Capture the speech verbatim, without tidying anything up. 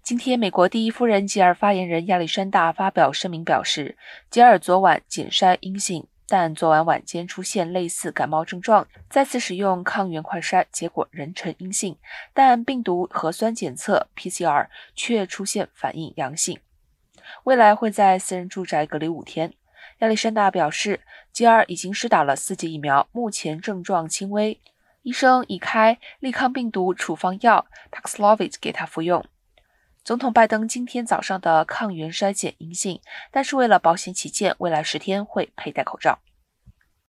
今天，美国第一夫人吉尔发言人亚历山大发表声明表示，吉尔昨晚检筛阴性，但昨晚晚间出现类似感冒症状，再次使用抗原快筛，结果仍呈阴性，但病毒核酸检测 P C R 却出现反应阳性。未来会在私人住宅隔离五天。亚历山大表示，吉尔已经施打了四剂疫苗，目前症状轻微，医生已开利康病毒处方药 Paxlovid 给他服用。总统拜登今天早上的抗原筛检阴性，但是为了保险起见，未来十天会佩戴口罩。